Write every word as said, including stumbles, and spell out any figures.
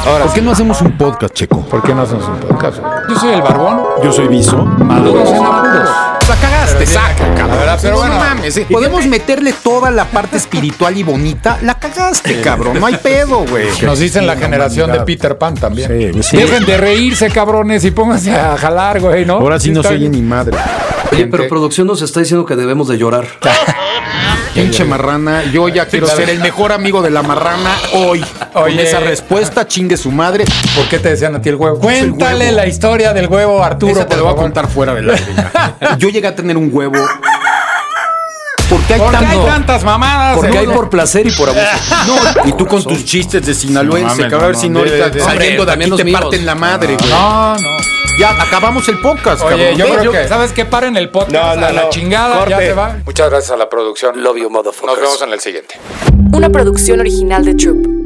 Ahora ¿Por qué no hacemos un podcast, Checo? ¿Por qué no hacemos un podcast? Yo soy el barbón. Yo soy Viso. Maduros en apuros. La cagaste, saca, cabrón. verdad, pero No, bueno. no mames, eh. Podemos meterle toda la parte espiritual y bonita. La cagaste, cabrón. No hay pedo, güey. Nos dicen la generación de Peter Pan también. Sí, sí. Dejen de reírse, cabrones, y pónganse a jalar, güey, ¿no? Ahora sí no está se oye bien. ni madre. Oye, pero producción nos está diciendo que debemos de llorar. Pinche marrana, yo ya quiero claro. ser el mejor amigo de la marrana hoy. Con Oye. esa respuesta, chingue su madre. ¿Por qué te decían a ti el huevo? el Cuéntale huevo. la historia del huevo, Arturo. Esa te por lo voy a favor. contar fuera del aire. ya. Yo llegué a tener un huevo. ¿Por qué hay ¿Por qué hay tanto? tantas mamadas? Porque eh? hay por placer y por abuso. No, y tú con tus chistes de sinaloense, No mames, que a ver no, si no, no ahorita de- de- saliendo Hombre, de también aquí los te míos. parten la madre, güey. No, no. Ya acabamos el podcast, Oye, cabrón. yo Ve, creo que, ¿sabes qué? Paren el podcast No, no, a la no. chingada, Corte. ya se va. Muchas gracias a la producción. Love you, motherfuckers. Nos vemos en el siguiente. Una producción original de Troop.